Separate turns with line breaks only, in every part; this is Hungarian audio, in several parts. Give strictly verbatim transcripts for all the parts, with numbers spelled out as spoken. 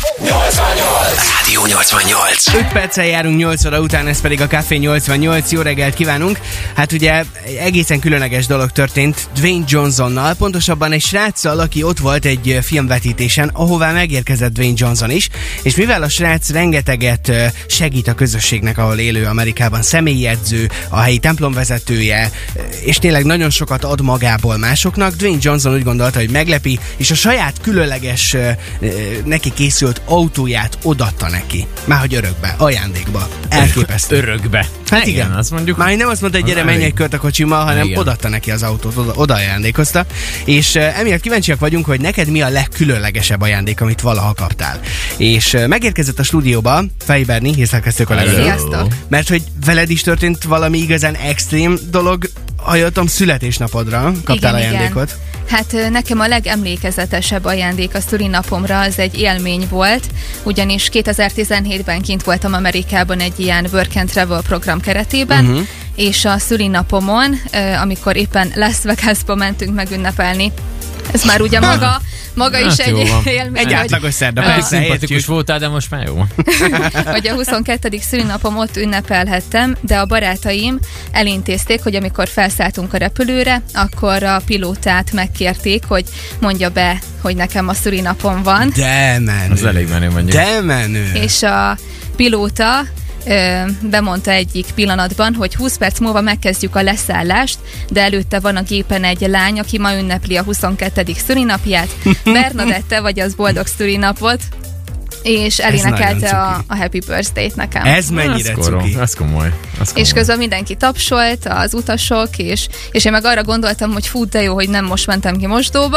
nyolcvannyolc Rádió nyolcvannyolc.
öt perccel járunk nyolc óra után, ez pedig a Café nyolcvannyolc. Jó reggelt kívánunk! Hát ugye egészen különleges dolog történt Dwayne Johnsonnal, pontosabban egy sráccal, aki ott volt egy filmvetítésen, ahová megérkezett Dwayne Johnson is, és mivel a srác rengeteget segít a közösségnek, ahol élő Amerikában, személyi edző, a helyi templomvezetője, és tényleg nagyon sokat ad magából másoknak, Dwayne Johnson úgy gondolta, hogy meglepi, és a saját különleges neki készült autóját odatta neki. Márhogy örökbe, ajándékba. Elképesztő.
Örökbe.
Hát igen,
igen, azt mondjuk.
Már nem azt mondta, hogy gyere, menj egy kört a kocsimmal, hanem igen, odatta neki az autót, oda, oda ajándékozta. És uh, emiatt kíváncsiak vagyunk, hogy neked mi a legkülönlegesebb ajándék, amit valaha kaptál. És uh, megérkezett a stúdióba Fej Berni, hiszlelkeztő kollégám.
Sziasztok!
Mert hogy veled is történt valami igazán extrém dolog, ha jöttem születésnapodra, kaptál
igen,
ajándékot.
Igen. Hát nekem a legemlékezetesebb ajándék a szülinapomra, az egy élmény volt, ugyanis kétezer-tizenhétben kint voltam Amerikában egy ilyen Work and Travel program keretében, uh-huh. és a szülinapomon, amikor éppen Las Vegasba mentünk megünnepelni, ez már ugye maga, maga is hát egy élmény.
Egy átlagos szerda,
persze, szimpatikus voltál, de most már jó.
Hogy a huszonkettedik szülinapom ott ünnepelhettem, de a barátaim elintézték, hogy amikor felszálltunk a repülőre, akkor a pilótát megkérték, hogy mondja be, hogy nekem a szülinapom van.
De menő.
Az elég menő, mondjuk.
De menő.
És a pilóta Ö, bemondta egyik pillanatban, hogy húsz perc múlva megkezdjük a leszállást, de előtte van a gépen egy lány, aki ma ünnepli a huszonkettedik szülinapját. Bernadette, vagy az boldog szülinapot, és elénekelte a, a Happy Birthday-t nekem.
Ez mennyire
ez
cuki.
Ez komoly. Ez komoly.
És közben mindenki tapsolt, az utasok, és, és én meg arra gondoltam, hogy fú, de jó, hogy nem most mentem ki mosdóba,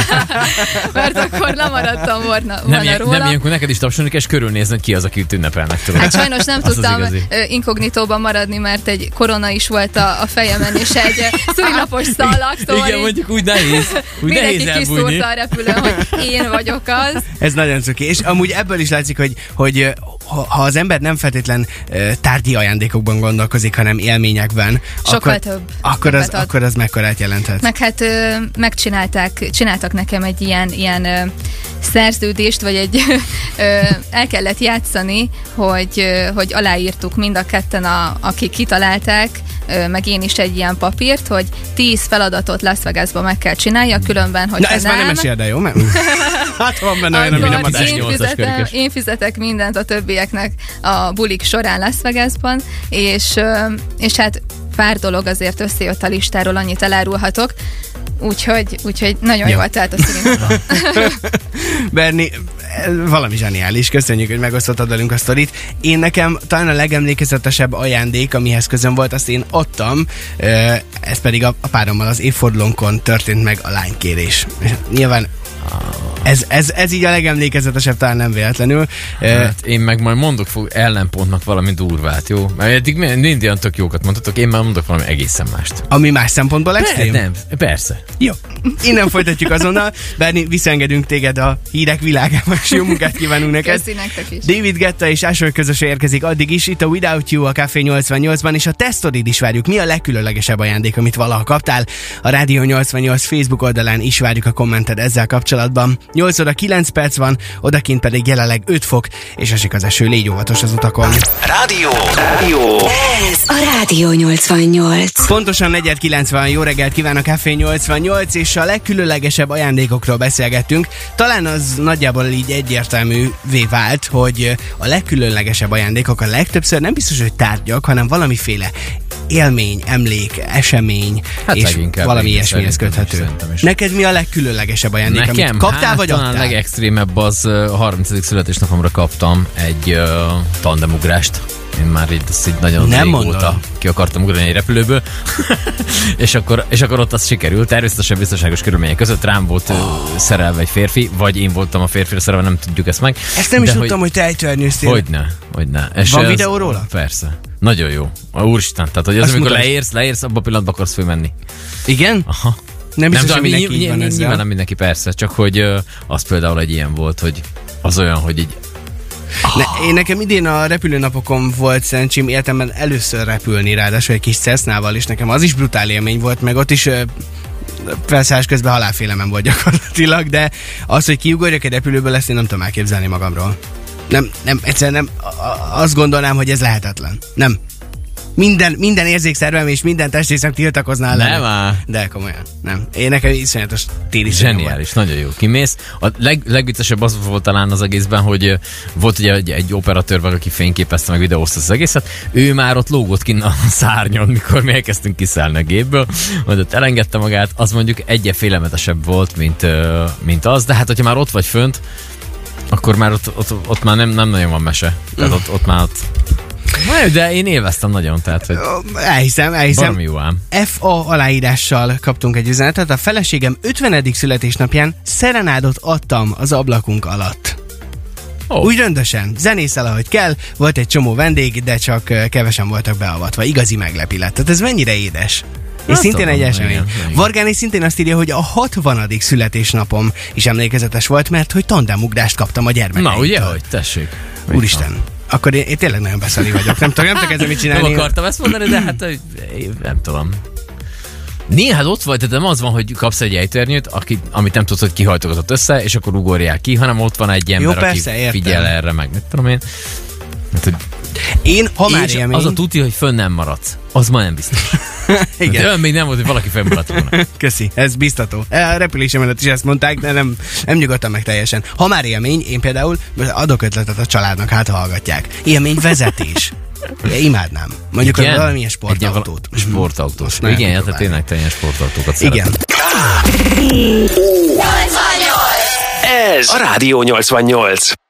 mert akkor lemaradtam volna, volna
nem,
róla.
Nem ilyenkor neked is tapsolni, és körülnézni, hogy ki az, aki ünnepelnek, tudod.
Hát sajnos nem
az
tudtam
az
inkognitóban maradni, mert egy korona is volt a, a fejemen, és egy szülinapos szallag, szóval
igen, mondjuk úgy nehéz. Úgy
mindenki
nehéz elbújni.
kiszúrta a repülőn, hogy én vagyok az.
Ez nagyon cuki. És amúgy ebből is látszik, hogy, hogy ha, ha az ember nem feltétlen uh, tárgyi ajándékokban gondolkozik, hanem élményekben,
sokkal
akkor,
több.
Akkor az, akkor az mekkorát jelenthet.
Meg hát ö, megcsinálták, csináltak nekem egy ilyen, ilyen ö, szerződést, vagy egy ö, el kellett játszani, hogy, ö, hogy aláírtuk mind a ketten, a, akik kitalálták, ö, meg én is egy ilyen papírt, hogy tíz feladatot Las Vegasban meg kell csinálja, különben, hogy
na ezt már nem esél, de jó? Mert... hát van benne olyan, ami nem adás.
Én fizetem, én fizetek mindent a többieknek a bulik során Las Vegasban, és, és hát pár dolog azért összejött a listáról, annyit elárulhatok, úgyhogy, úgyhogy nagyon jól telt a szülinapom.
Berni, valami zseniális, köszönjük, hogy megosztottad velünk a sztorit. Én nekem talán a legemlékezetesebb ajándék, amihez közön volt, azt én adtam, ez pedig a párommal az évfordulónkon történt meg a lánykérés. Nyilván Ez, ez, ez így a legemlékezetesebb, talán nem véletlenül.
Hát én meg majd mondok fog ellenpontnak valami durvát, jó? Mert eddig mindig olyan tök jókat mondhatok, én már mondok valami egészen mást.
Ami más szempontból extrém?
Nem, persze.
Jó, innen folytatjuk azonnal. Berni, visszaengedünk téged a hírek világába, és jó munkát kívánunk neked.
Köszi nektek is.
David Guetta és Asher közösen érkezik addig is, itt a Without You a Café nyolcvannyolcban, és a te sztorid is várjuk. Mi a legkülönlegesebb ajándék, amit valaha kaptál? A Rádió nyolcvannyolc Facebook oldalán is várjuk a kommented ezzel kapcsolatban. nyolc óra kilenc perc van, odakint pedig jelenleg öt fok, és esik az eső, légy óvatos az utakon.
Rádió! Rádió!
Ez a Rádió nyolcvannyolc.
Pontosan negyven kilencven, jó reggelt kíván a Café nyolcvannyolc, és a legkülönlegesebb ajándékokról beszélgettünk. Talán az nagyjából így egyértelművé vált, hogy a legkülönlegesebb ajándékok a legtöbbször nem biztos, hogy tárgyak, hanem valamiféle élmény, emlék, esemény,
hát
és valami ilyesmihez köthető. Neked mi a legkülönlegesebb ajándék,
nekem,
amit kaptál,
hát,
vagy
talán
adtál?
a legextrémebb az a harmincadik születésnapomra kaptam egy uh, tandemugrást. Én már így, így nagyon
nem
régóta
mondom.
ki akartam ugrani egy repülőből, és, akkor, és akkor ott az sikerült. Természetesen biztonságos körülmények között rám volt oh. szerelve egy férfi, vagy én voltam a férfire szerelve, nem tudjuk ezt meg.
Ezt nem is
hogy,
tudtam, hogy te ejtőernyőztél.
Hogyne, hogyne. És
van
ez,
videó róla?
Persze. Nagyon jó. A úristen, tehát hogy az,
azt
amikor
mutasd.
leérsz, leérsz, abban a pillanatban akarsz fölmenni.
Igen?
Aha.
Nem biztos,
nem,
hogy mindenki így van
ny-
ezzel.
Nyilván nem mindenki, persze, csak hogy uh, az például egy ilyen volt, hogy az olyan, hogy így
Ne, én nekem idén a repülőnapokon volt szerencsém életemben először repülni, ráadásul egy kis Cessnával, és nekem az is brutál élmény volt, meg ott is felszállás közben halálfélemen volt gyakorlatilag, de az, hogy kiugorjak egy repülőből, ezt én nem tudom elképzelni magamról. Nem, nem, egyszerűen nem, azt gondolnám, hogy ez lehetetlen. Nem. Minden, minden érzékszervem és minden testrészem tiltakozná ellene.
Nem áll.
De komolyan, nem. Én nekem iszonyatos téli.
Zseniális, nagyon jó. Kimész. A leg, legviccesebb az volt talán az egészben, hogy volt ugye egy, egy operatőr, aki fényképezte meg videózta az egészet. Ő már ott lógott kinn a szárnyon, mikor mi elkezdtünk kiszállni a gépből. Majd ott elengedte magát. Az mondjuk egyen félelmetesebb volt, mint, mint az. De hát, hogyha már ott vagy fönt, akkor már ott, ott, ott már nem, nem nagyon van mese. Tehát ott, ott már ott... Na, de én élveztem nagyon, tehát, hogy
elhiszem, elhiszem.
baromi jó ám.
ef á aláírással kaptunk egy üzenetet. A feleségem ötvenedik születésnapján szerenádot adtam az ablakunk alatt.
Oh.
Úgy röndösen, zenészel, ahogy kell, volt egy csomó vendég, de csak kevesen voltak beavatva. Igazi meglepi lett. Tehát ez mennyire édes. És
Hát
szintén
tudom,
egy esemény.
igen, igen.
Vargáni szintén azt írja, hogy a hatvanadik születésnapom is emlékezetes volt, mert hogy tandemugrást kaptam a gyermekeimtől.
Na ugye, hogy tessék.
Úristen. Akkor én, én tényleg nagyon beszélni vagyok. Nem tudom, nem tudok ezzel mit csinálni.
Nem akartam ezt mondani, de hát nem tudom. Néha ott vagy, de nem az van, hogy kapsz egy ejtőernyőt, aki, amit nem tudsz, hogy kihajtogatott össze, és akkor ugorjál ki, hanem ott van egy ember,
Jó, persze,
aki
értem.
figyel erre, meg mit tudom én. Hát, hogy
Én, ha már
és
élmény...
az a tuti, hogy fönn nem maradsz. Az ma nem biztos.
Igen.
De olyan még nem volt, hogy valaki fennmaradt volna.
Köszi, ez biztató. A repülésem előtt is ezt mondták, de nem, nem nyugodtam meg teljesen. Ha már élmény, én például adok ötletet a családnak, hát ha hallgatják. Élmény vezetés. Én imádnám. Mondjuk, hogy valamilyen sportautót.
Egy sportautót.
Nagyon
Igen, hát
próbálni.
tényleg teljes sportautókat
Igen.
szeretem.
Ez a Rádió nyolcvannyolc.